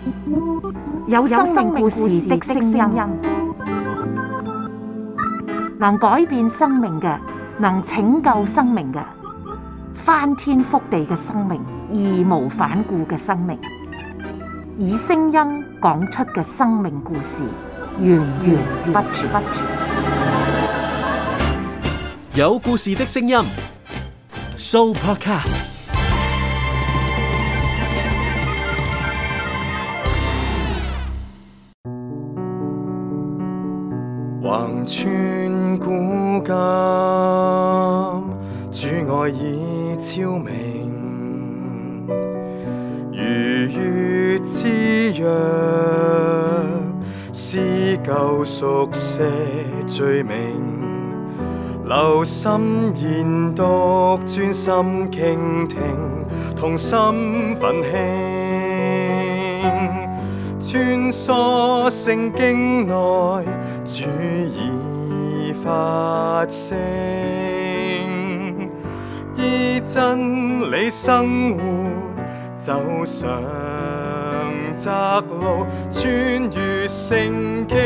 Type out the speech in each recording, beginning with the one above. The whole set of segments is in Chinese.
有生命故事的聲音，能改變生命嘅，能拯救生命嘅，翻天覆地嘅生命，義無反顧嘅生命，以聲音講出嘅生命故事，源源不絕。 有故事的聲音 ，Sooopodcast。 橫穿古今，主愛已超明，如月之約，撕舊熟寫罪名，留心研讀，專心傾聽，同心奮興，穿梭聖經內，主已發聲，依真理生活，走上窄路，穿越聖經。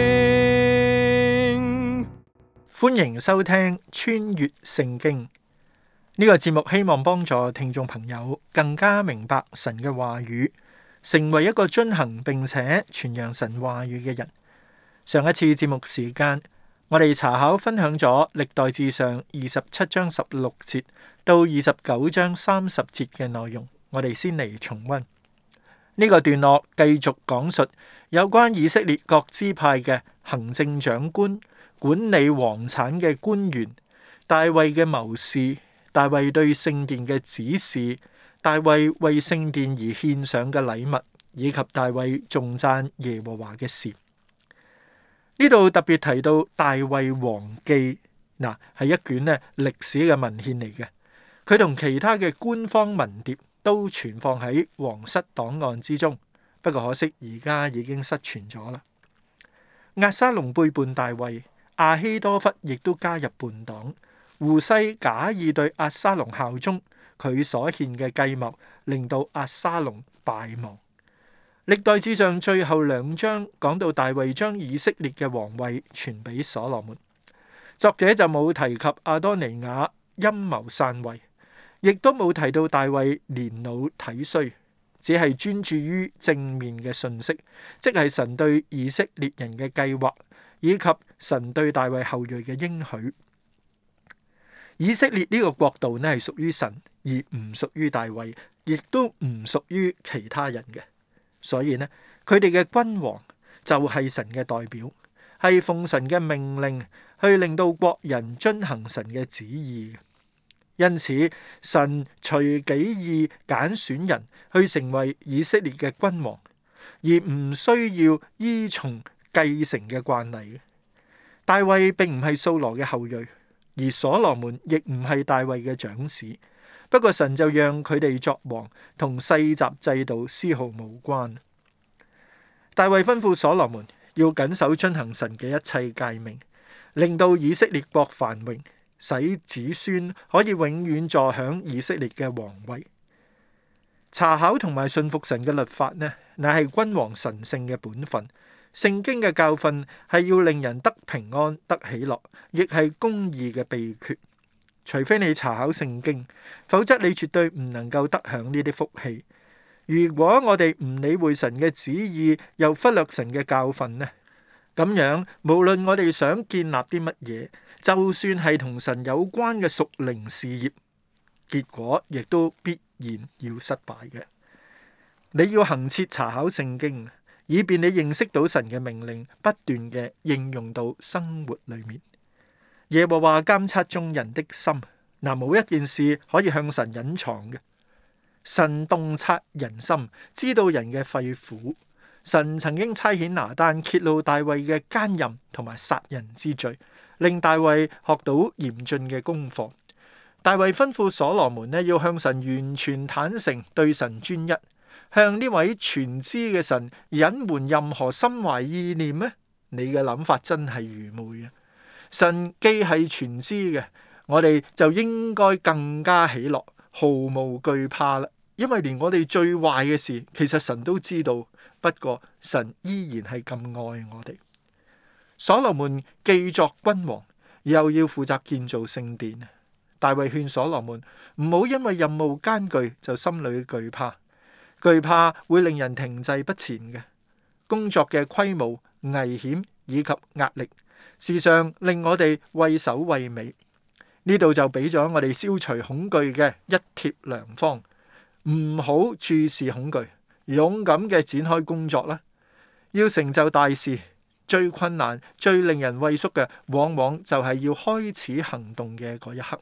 歡迎收聽穿越聖經呢個節目，希望幫助聽眾朋友更加明白神嘅話語，成為一個遵行並且傳揚神話語嘅人。上一次節目時間，我哋查考分享咗歷代志上27章16節到29章30節嘅內容，我哋先嚟重溫呢個段落，繼續講述有關以色列各支派嘅行政長官、管理王產嘅官員、大衛嘅謀士、大衛對聖殿嘅指示、大衛為聖殿而獻上嘅禮物，以及大衛頌讚耶和華嘅事。呢度特別提到大衛王記，係一卷歷史嘅文獻嚟嘅。佢同其他嘅官方文牒都存放喺皇室檔案之中，不過可惜而家已經失傳咗啦。押沙龍背叛大衛，亞希多弗亦都加入叛黨，戶篩假意對押沙龍效忠，佢所獻嘅計謀令到押沙龍敗亡。歷代志上最後2章講到大衛將以色列嘅皇位傳俾所羅門，作者就冇提及亞多尼雅陰謀篡位，亦都冇提到大衛年老體衰，只係專注於正面嘅信息，即係神對以色列人嘅計劃，以及神對大衛後裔嘅應許。以色列呢個國度係屬於神，而唔屬於大衛，亦都唔屬於其他人嘅。所以佢哋嘅君王就係神嘅代表，係奉神嘅命令去令到國人遵行神嘅旨意。因此，神隨己意揀選人去成為以色列嘅君王，而唔需要依從繼承嘅慣例。大衛並唔係掃羅嘅後裔，而所羅門亦唔係大衛嘅長子。不過神就讓佢哋作王，同世襲制度絲毫無關。大衛吩咐所羅門要謹守遵行神嘅一切誡命，令到以色列國繁榮，使子孫可以永遠坐享以色列嘅皇位。查考同埋信服神嘅律法乃係君王神聖嘅本分。聖經嘅教訓係要令人得平安、得喜樂，亦係公義嘅秘訣。除非你查考聖經，否則你絕對唔能夠得享呢啲福氣。如果我哋唔理會神嘅旨意，又忽略神嘅教訓咁樣無論我哋想建立啲乜嘢，就算係同神有關嘅屬靈事業，結果亦都必然要失敗嘅。你要恆切查考聖經，以便你認識到神嘅命令，不斷嘅應用到生活裏面。耶和華監察眾人的心，冇一件事可以向神隱藏嘅。神洞察人心，知道人嘅肺腑。神曾經差遣拿單揭露大衛嘅奸淫同埋殺人之罪，令大衛學到嚴峻嘅功課。大衛吩咐所羅門要向神完全坦誠，對神專一，向呢位全知嘅神隱瞞任何心懷意念呢？你嘅諗法真係愚昧啊！神既係全知嘅，我哋就應該更加喜樂，毫無懼怕啦， 因為連我哋最壞嘅事，其實神都知道。不過神依然係咁愛我哋。所羅門既作君王，又要負責建造聖殿。大衛勸所羅門唔好因為任務艱巨就心裏懼怕，懼怕會令人停滯不前嘅。工作嘅規模、危險以及壓力，時常令我哋畏首畏尾。呢度就俾咗我哋消除恐懼嘅一貼良方，唔好注視恐懼，勇敢嘅展開工作啦。要成就大事，最困難、最令人畏縮嘅，往往就係要開始行動嘅嗰一刻。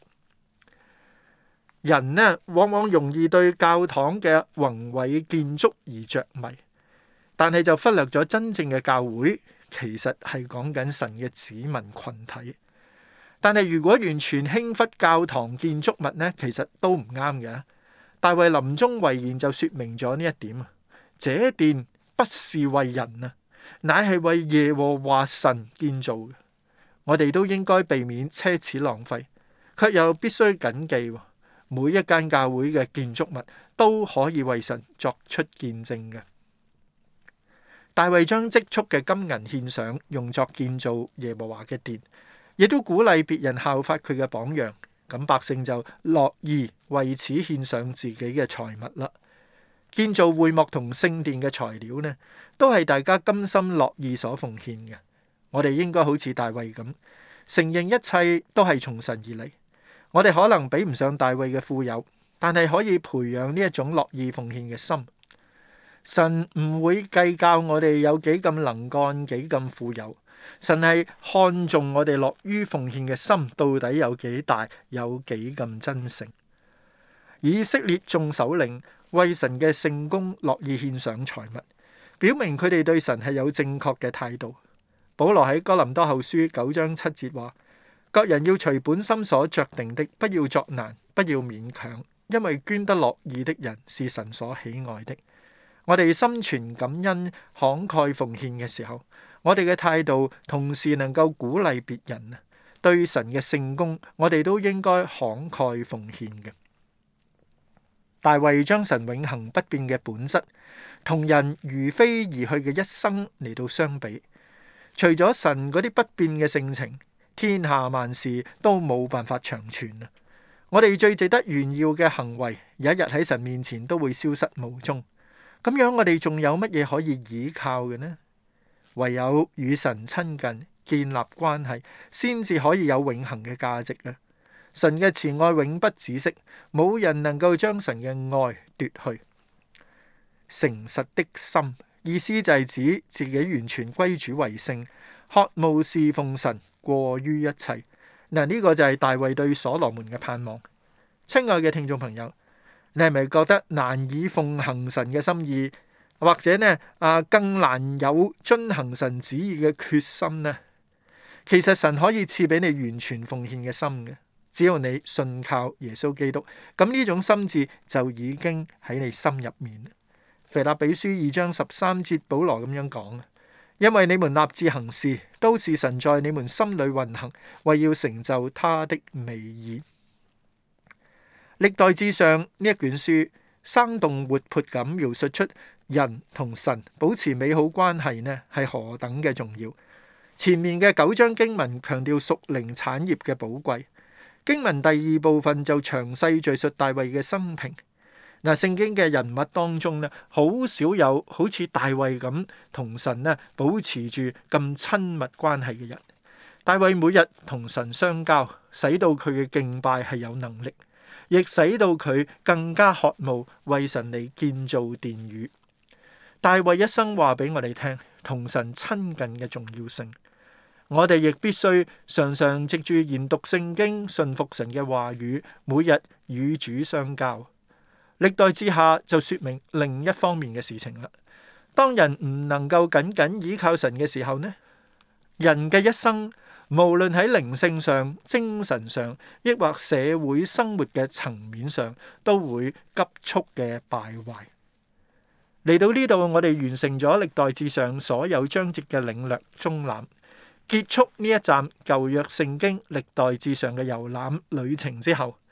人呢，往往容易對教堂嘅宏偉建築而着迷，但係就忽略咗真正嘅教會，其實係講緊神嘅子民群體。但係如果完全輕忽教堂建築物呢，其實都唔啱嘅。大衛臨終遺言就說明咗呢一點啊，這殿不是為人啊，乃係為耶和華神建造嘅。我哋都應該避免奢侈浪費，卻又必須謹記，每一間教會嘅建築物都可以為神作出見證嘅。大衛將積蓄嘅金銀獻上，用作建造耶和華嘅殿，亦都鼓勵別人效法佢嘅榜樣。咁百姓就樂意為此獻上自己嘅財物啦。建造會幕同聖殿嘅材料呢，都係大家甘心樂意所奉獻嘅。我哋應該好似大衛咁，承認一切都係從神而嚟。我哋可能比唔上大衛嘅富有，但係可以培養呢一種樂意奉獻嘅心。神唔會計較我哋有幾咁能幹，幾咁富有。神係看重我哋樂於奉獻嘅心到底有幾大，有幾咁真誠。以色列眾首領為神嘅聖工樂意獻上財物，表明佢哋對神係有正確嘅態度。保羅喺哥林多後書9章7節話：各人要隨本心所酌定的，不要作難，不要勉強，因為捐得樂意的人是神所喜愛的。我哋心存感恩、慷慨奉獻嘅時候，我哋嘅態度同時能夠鼓勵別人。對神嘅聖工，我哋都應該慷慨奉獻嘅。大衛將神永恆不變嘅本質同人如飛而去嘅一生嚟到相比，除咗神嗰啲不變嘅性情，天下萬事都冇辦法長存。我哋最值得炫耀嘅行為，有一日喺神面前都會消失無蹤。咁樣我哋仲有乜嘢可以依靠嘅呢？唯有與神親近，建立關係，先至可以有永恆嘅價值啊！神嘅慈愛永不止息，冇人能夠將神嘅愛奪去。誠實的心，意思就係指自己完全歸主為聖，渴慕侍奉神過於一切。嗱，呢個就係大衛對所羅門嘅盼望。親愛嘅聽眾朋友，你係咪覺得難以奉行神嘅心意，或者呢更難有遵行神旨意嘅決心呢？其實神可以賜俾你完全奉獻嘅心嘅，只要你信靠耶穌基督，咁呢種心志就已經喺你心入面。腓立比書2章13節，保羅咁樣講：因為你們立志行事，都是神在你們心裏運行，為要成就他的美意。歷代志上呢一卷書生動活潑咁描述出人同神保持美好關係呢，係何等嘅重要。前面嘅9章經文強調屬靈產業嘅寶貴，經文第2部分就詳細敘述大衛嘅生平。嗱，聖經嘅人物當中呢，好少有好似大衛咁同神呢保持住咁親密關係嘅人。大衛每日同神相交，使到佢嘅敬拜係有能力，亦使到佢更加渴慕為神嚟建造殿宇。大衛一生話俾我哋聽同神親近嘅重要性，我哋亦必須常常藉住研讀聖經、信服神嘅話語，每日與主相交。歷代志下就說明另一方面嘅事情啦。當人唔能夠僅僅依靠神嘅時候呢，人嘅一生無論喺靈性上、精神上，抑或社會生活嘅層面上，都會急速嘅敗壞。嚟到呢度，我哋完成咗歷代志上所有章節嘅領略綜覽，結束呢一站舊約聖經歷代志上嘅遊覽旅程之後，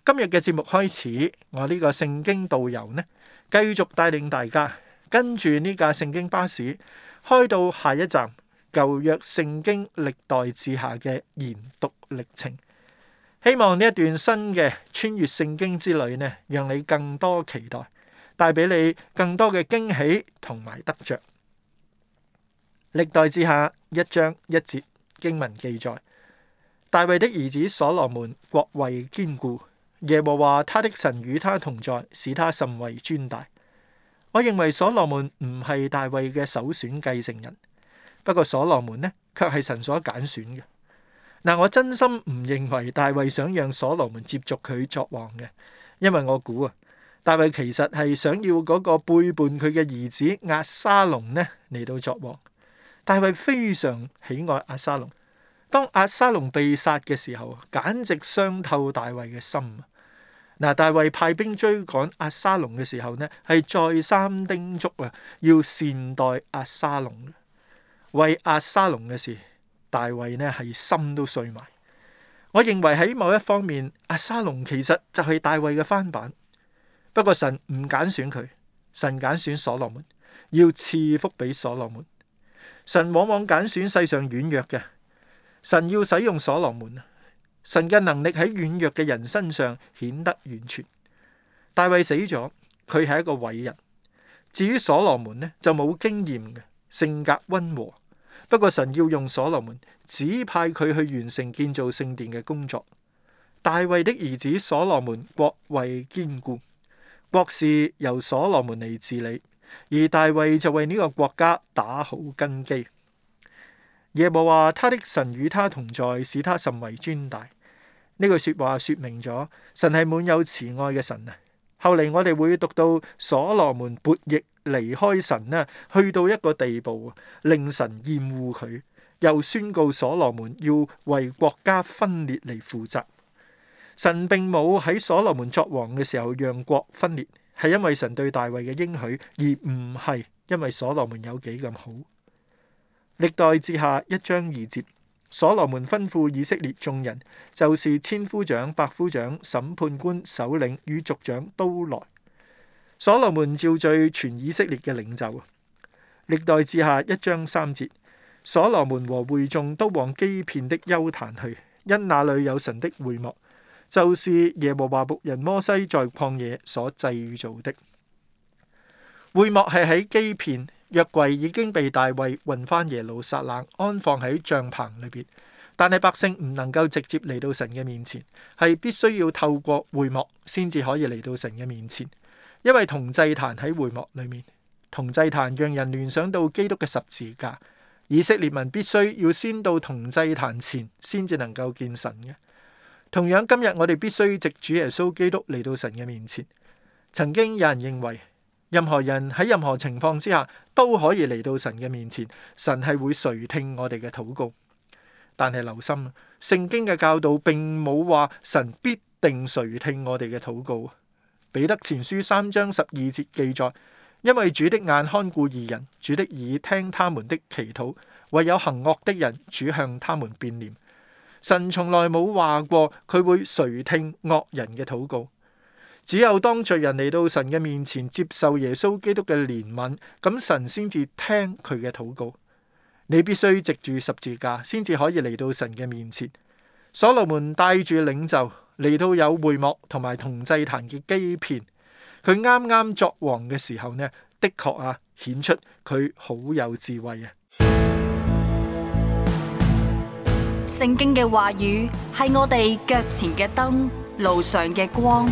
今日嘅節目開始，我呢個聖經導遊呢，繼續帶領大家跟住呢架聖經巴士開到下一站舊約聖經歷代志下嘅研讀歷程。希望呢一段新嘅穿越聖經之旅呢，讓你更多期待，帶俾你更多嘅驚喜同埋得着。歷代志下1章1節經文記載：大衛的兒子所羅門國位堅固，耶和華他的神與他同在，使他甚為尊大。我認為所羅門唔係大衛嘅首選繼承人，不過所羅門呢，卻係神所揀選嘅。嗱，我真心唔認為大衛想讓所羅門接續佢作王嘅，因為我估大衛其實係想要嗰個背叛佢嘅兒子押沙龍呢嚟到作王。大衛非常喜愛押沙龍，當押沙龍被殺嘅時候，簡直傷透大衛嘅心。大衛派兵追趕押沙龍嘅時候呢，係再三叮囑要善待押沙龍。為押沙龍嘅事，大衛呢係心都碎埋。我認為喺某一方面，押沙龍其實就係大衛嘅翻版。不過神唔揀選佢，神揀選所羅門，要賜福俾所羅門。神往往揀選世上軟弱嘅，神要使用所羅門。神嘅能力喺軟弱嘅人身上顯得完全。大衛死咗，佢係一個偉人。至於所羅門呢，就冇經驗嘅，性格溫和。不過神要用所羅門，指派佢去完成建造聖殿嘅工作。大衛的兒子所羅門國位堅固，國事由所羅門嚟治理，而大衛就為呢個國家打好根基。耶和華他的神與他同在，使他甚為尊大。呢句說話說明咗神係滿有慈愛嘅神啊。後嚟我哋會讀到所羅門悖逆離開神呢，去到一個地步，令神厭惡佢，又宣告所羅門要為國家分裂嚟負責。神並冇喺所羅門作王嘅時候讓國分裂，係因為神對大衛嘅應許，而唔係因為所羅門有幾咁好。歷代志下1章2節。所羅門吩咐以色列眾人，就是千夫長、百夫長、審判官、首領與族長都來。所羅門召聚全以色列嘅領袖。歷代志下1章3節。所羅門和會眾都往基遍的丘壇去，因那裏有神的會幕，就是耶和華僕人摩西在曠野所製造的。會幕係喺基遍。約櫃已經被大衛運返耶路撒冷，安放喺帳篷裏邊，但係百姓唔能夠直接嚟到神嘅面前，係必須要透過會幕先至可以嚟到神嘅面前。因為銅祭壇喺會幕裏面，銅祭壇讓人聯想到基督嘅十字架。以色列民必須要先到銅祭壇前，先至能夠見神嘅。同樣今日我哋必須藉主耶穌基督嚟到神嘅面前。曾經有人認為，任何人喺任何情況之下都可以嚟到神嘅面前，神係會垂聽我哋嘅禱告。但係留心，聖經嘅教導並冇話神必定垂聽我哋嘅禱告。彼得前書3章12節記載：因為主的眼看顧義人，主的耳聽他們的祈禱，唯有行惡的人，主向他們變臉。神從來冇話過佢會垂聽惡人嘅禱告。只有當罪人嚟到神嘅面前接受耶穌基督嘅憐憫，咁神先至聽佢嘅禱告。你必須藉住十字架先至可以嚟到神嘅面前。所羅門帶住領袖嚟到有會幕同埋銅祭壇嘅基遍，佢啱啱作王嘅時候呢，的確顯出佢好有智慧啊！ 聖經嘅話語係我哋腳前嘅燈，路上嘅光。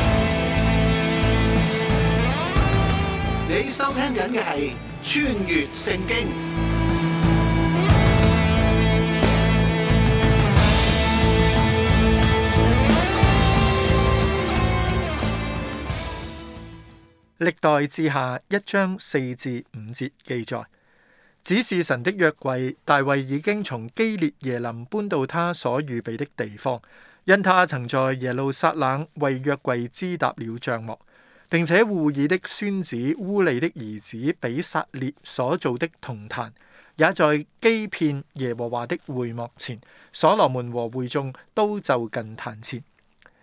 你收聽緊嘅係穿越聖經。 歷代志下1章4至5節記載，只是神的約櫃，大衛已經從基列耶琳搬到他所預備的地方，因他曾在耶路撒冷為約櫃支搭了帳幕。並且戶珥的孫子烏利的兒子比撒列所造的銅壇，也在基遍耶和華的會幕前，所羅門和會眾都就近壇前。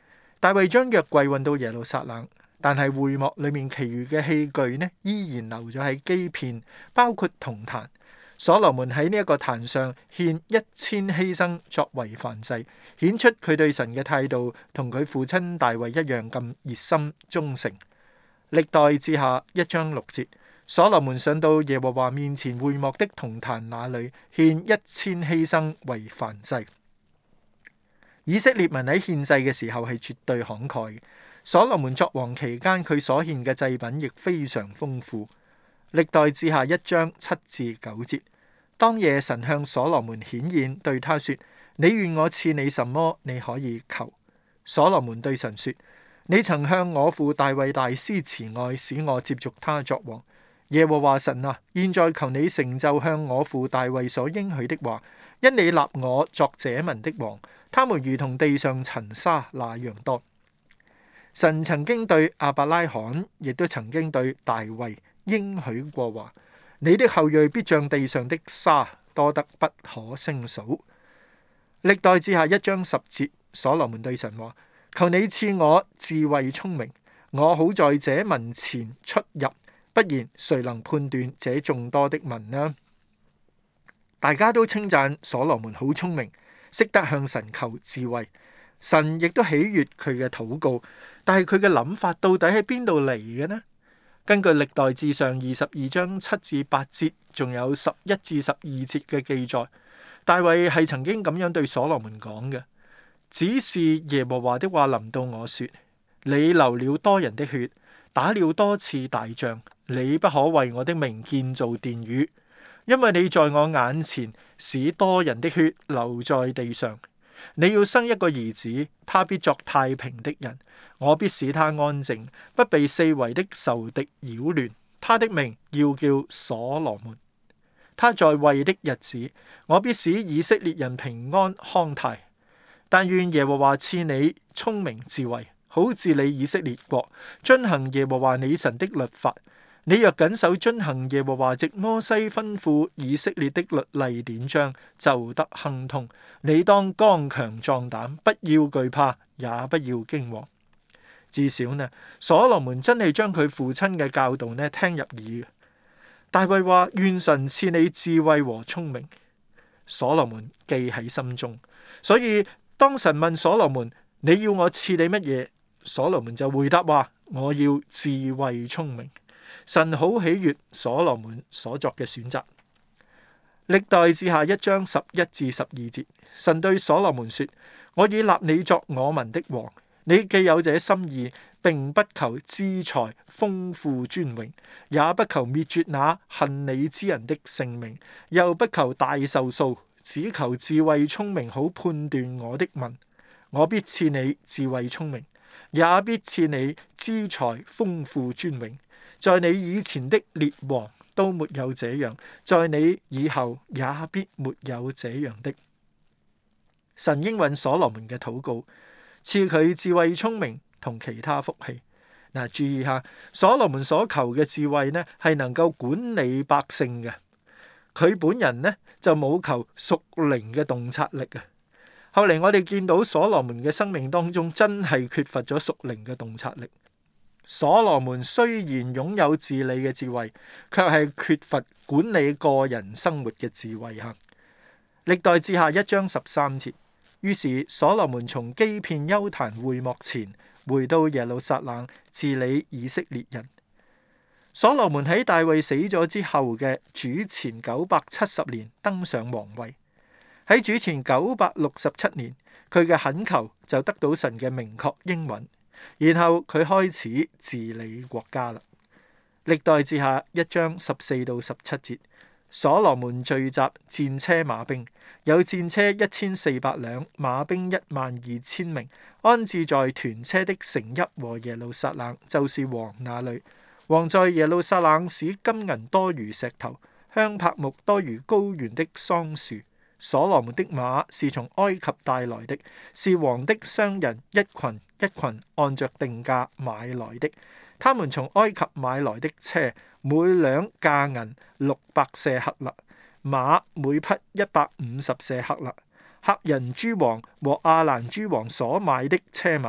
大衛將約櫃運到耶路撒冷，但係會幕裏面其餘嘅器具呢，依然留咗喺基遍，包括銅壇。所羅門喺呢一個壇上獻1000犧牲作為燔祭，顯出佢對神嘅態度同佢父親大衛一樣咁熱心忠誠。歷代志下1章6節，所羅門上到耶和華面前會幕的銅壇那裏，獻1000犧牲為燔祭。以色列民喺獻祭嘅時候係絕對慷慨。所羅門作王期間，佢所獻嘅祭品亦非常豐富。歷代志下1章7至9節，當夜神向所羅門顯現，對他說：你願我賜你什麼，你可以求。所羅門對神說：你曾向我父大衛大施慈愛，使我接續他作王。耶和華神啊，現在求你成就向我父大衛所應許的話，因你立我作這民的王，他們如同地上塵沙那樣多。神曾經對亞伯拉罕，亦都曾經對大衛應許過話：你的後裔必像地上的沙，多得不可勝數。歷代志下1章10節，所羅門對神話：求你賜我智慧聰明，我好在這民前出入，不然誰能判斷這眾多的民呢？大家都稱讚所羅門好聰明，識得向神求智慧。神亦都喜悅佢嘅禱告，但係佢嘅諗法到底喺邊度嚟嘅呢？根據歷代志上22章7至8節，仲有11至12節嘅記載，大衛係曾經咁樣對所羅門講嘅：只是耶和華的話臨到我說，你流了多人的血，打了多次大仗，你不可為我的名建造殿宇，因為你在我眼前使多人的血流在地上。你要生一個兒子，他必作太平的人，我必使他安靜，不被四圍的仇敵擾亂。他的名要叫所羅門。他在位的日子，我必使以色列人平安康泰。但願耶和華賜你聰明智慧，好治理以色列國，遵行耶和華你神的律法。你若謹守遵行耶和華藉摩西吩咐以色列的律例典章，就得亨通。你當剛強壯膽，不要懼怕，也不要驚惶。至少呢，所羅門真係將佢父親嘅教導呢聽入耳。大衛話：願神賜你智慧和聰明。所羅門記喺心中，所以當神問所羅門：你要我賜你乜嘢？所羅門就回答話：我要智慧聰明。神好喜悅所羅門所作嘅選擇。歷代志下1章11至12節，神對所羅門說：我已立你作我民的王，你既有這心意，並不求資財豐富尊榮，也不求滅絕那恨你之人的性命，又不求大壽數，只求智慧聰明，好判斷我的民。我必賜你智慧聰明，也必賜你資財豐富尊榮。在你以前的列王都沒有這樣，在你以後也必沒有這樣的。神應允所羅門嘅禱告，賜佢智慧聰明同其他福氣。嗱，注意下，所羅門所求嘅智慧呢，係能夠管理百姓嘅。佢本人呢就冇求屬靈嘅洞察力啊。後嚟我哋見到所羅門嘅生命當中真係缺乏咗屬靈嘅洞察力。所羅門雖然擁有治理嘅智慧，卻係缺乏管理個人生活嘅智慧吓。歷代志下1章13節，於是所羅門從基遍邱壇會幕前回到耶路撒冷治理以色列人。所羅門喺大衛死咗之後嘅主前970年登上皇位，喺主前967年，佢嘅懇求就得到神嘅明確應允。然後佢開始治理國家啦。歷代志下1章14到17節，所羅門聚集戰車馬兵，有戰車1400輛，馬兵12000名，安置在屯車的城邑和耶路撒冷，就是王那裏。王在耶路撒冷使金銀多如石頭，香柏木多如高原的桑樹。所羅門的馬是從埃及帶來的，是王的商人一群一群按着定價買來的。他們從埃及買來的車，每輛價銀600舍客勒，馬每匹150舍客勒。赫人諸王和亞蘭諸王所買的車馬，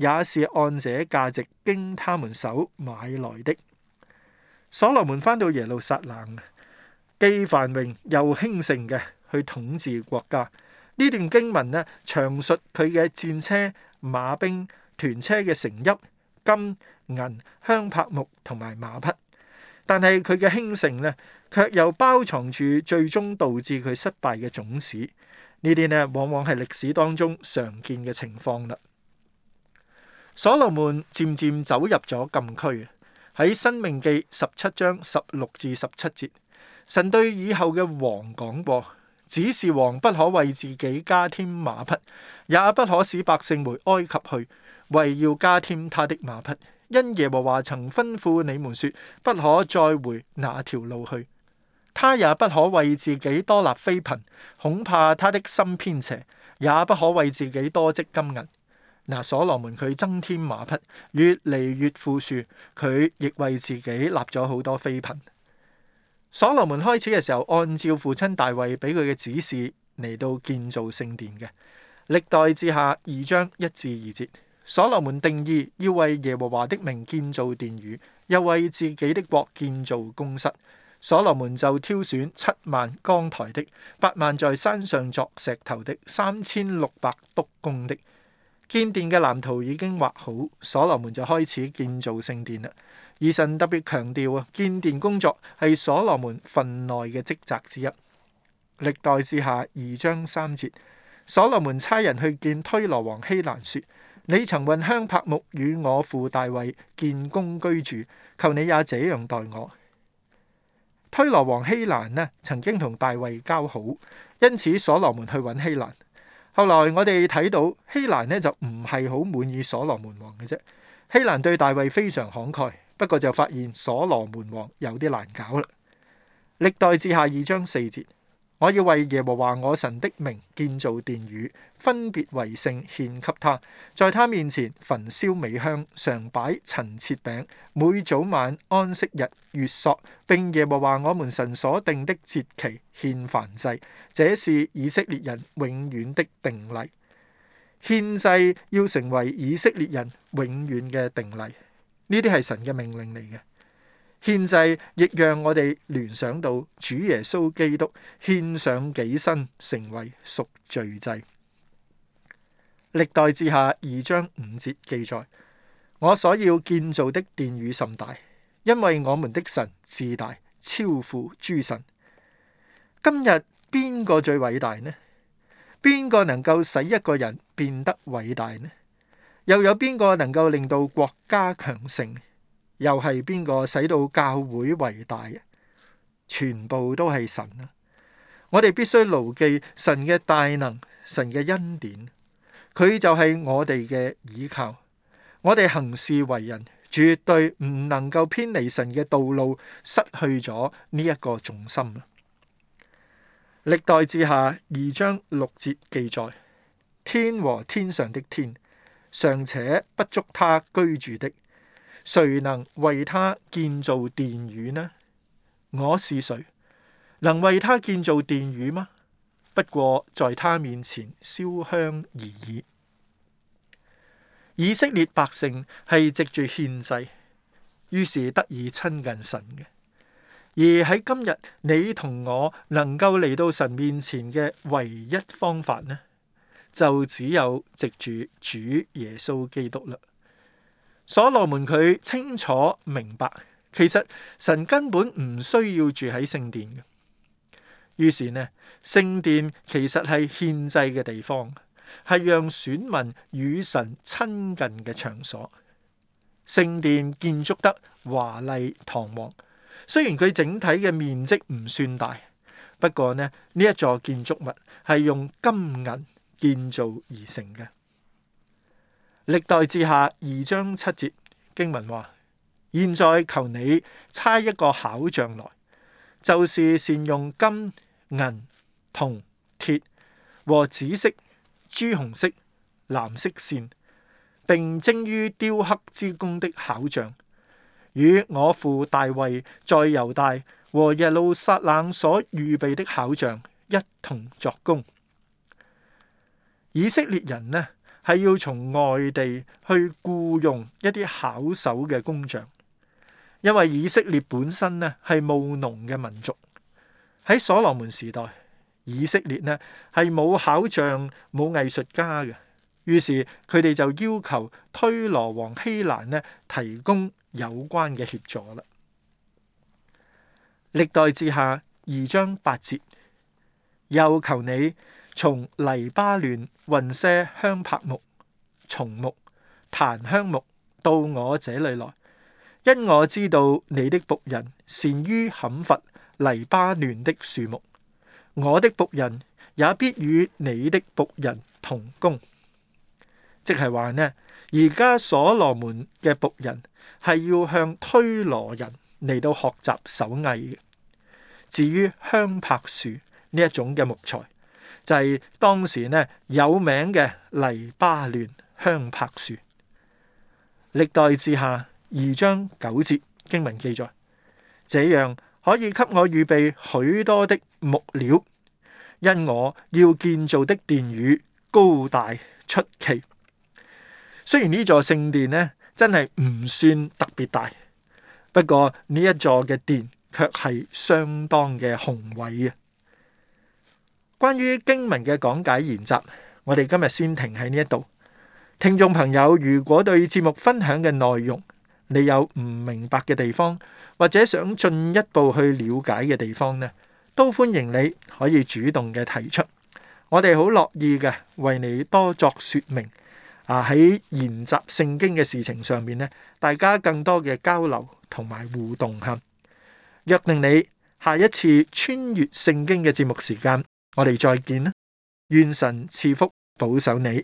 也是按這價值經他們手買來的。所羅門返到耶路撒冷，既繁榮又興盛嘅去統治國家。呢段經文呢，詳述佢嘅戰車、馬兵、團車嘅城邑、金銀、香柏木同埋馬匹。但係佢嘅興盛呢，卻又包藏住最終導致佢失敗嘅種子。呢啲呢，往往係歷史當中常見嘅情況啦。所羅門漸漸走入咗禁區。喺申命記17章16至17節，神對以後嘅王講過，指示王不可為自己加添馬匹，也不可使百姓回埃及去，為要加添他的馬匹。因耶和華曾吩咐你們說，不可再回那條路去。他也不可為自己多立妃嬪，恐怕他的心偏邪，也不可為自己多積金銀。嗱，所羅門佢增添馬匹，越嚟越富庶，佢亦為自己立咗好多妃嬪。所羅門開始嘅時候，按照父親大衛俾佢嘅指示嚟到建造聖殿嘅。歷代志下2章1至2節，所羅門定意要為耶和華的名建造殿宇，又為自己的國建造宮室。所羅門就挑選7萬扛抬的、8萬在山上作石頭的、3600督工的。建殿嘅藍圖已經畫好，所羅門就開始建造聖殿啦。而神特別強調建殿工作係所羅門份內嘅職責之一。歷代志下2章3節，所羅門差人去見推羅王希蘭說：你曾運香柏木與我父大衛建宮居住，求你也這樣待我。推羅王希蘭呢，曾經同大衛交好，因此所羅門去揾希蘭。後來我哋睇到希蘭呢，就唔係好滿意所羅門王嘅啫。希蘭對大衛非常慷慨，不過就發現所羅門王有啲難搞啦。歷代志下2章4節，我要為耶和華我神的名建造殿宇，分別為聖獻給他，在他面前焚燒美香，常擺陳設餅，每早晚安息日月朔，並耶和華我們神所定的節期獻燔祭，這是以色列人永遠的定例。獻祭要成為以色列人永遠嘅定例，呢啲係神嘅命令嚟嘅。獻祭亦讓我哋聯想到主耶穌基督獻上己身成為贖罪祭。歷代志下2章5節記載：我所要建造的殿宇甚大，因為我們的神至大，超乎諸神。今日邊個最偉大呢？邊個能夠使一個人變得偉大呢？又有邊個能夠令到國家強盛？又係邊個使到教會偉大？全部都係神啊！我哋必須牢記神嘅大能，神嘅恩典，佢就係我哋嘅倚靠。我哋行事為人絕對唔能夠偏離神嘅道路，失去咗呢一個重心啊！歷代志下2章6節記載：天和天上的天，尚且不足他居住的，誰能為他建造殿宇呢？我是誰，能為他建造殿宇嗎？不過在他面前燒香而已。以色列百姓係藉住獻祭，於是得以親近神嘅。而喺今日，你同我能夠嚟到神面前嘅唯一方法呢，就只有藉住主耶穌基督啦。所羅門佢清楚明白，其實神根本唔需要住喺聖殿嘅。於是呢，聖殿其實係獻祭嘅地方，係讓選民與神親近嘅場所。聖殿建築得華麗堂皇。雖然佢整體嘅面積唔算大，不過呢一座建築物係用金銀建造而成嘅。歷代志下2章7節經文話：現在求你差一個巧匠來，就是善用金銀銅鐵和紫色、朱紅色、藍色線，並精於雕刻之工的巧匠，與我父大衛在猶大和耶路撒冷所預備的巧匠一同作工。以色列人呢係要從外地去僱用一啲巧手嘅工匠，因為以色列本身呢係務農嘅民族。喺所羅門時代，以色列呢係冇巧匠、冇藝術家嘅，於是佢哋就要求推羅王希蘭呢提供有關嘅協助啦。歷代志下2章8節，又求你從黎巴嫩運些香柏木、松木、檀香木到我這裏來，因我知道你的僕人善於砍伐黎巴嫩的樹木，我的僕人也必與你的僕人同工。即係話呢，而家所羅門嘅僕人係要向推羅人嚟到學習手藝嘅。至於香柏樹呢一種嘅木材，就係當時呢有名嘅黎巴嫩香柏樹。歷代志下2章9節經文記載，這樣可以給我預備許多的木料，因我要建造的殿宇高大出奇。雖然呢座聖殿呢真係唔算特別大，不過呢一座嘅殿卻係相當嘅宏偉啊！關於經文嘅講解研習，我哋今日先停喺呢一度。聽眾朋友，如果對節目分享嘅內容你有唔明白嘅地方，或者想進一步去了解嘅地方呢，都歡迎你可以主動嘅提出，我哋好樂意嘅為你多作說明。喺研習聖經嘅事情上面呢，大家更多嘅交流同埋互動吓。約定你下一次穿越聖經嘅節目時間，我哋再見啦！願神賜福保守你。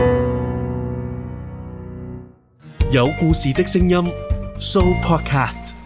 有故事的聲音 Show Podcast。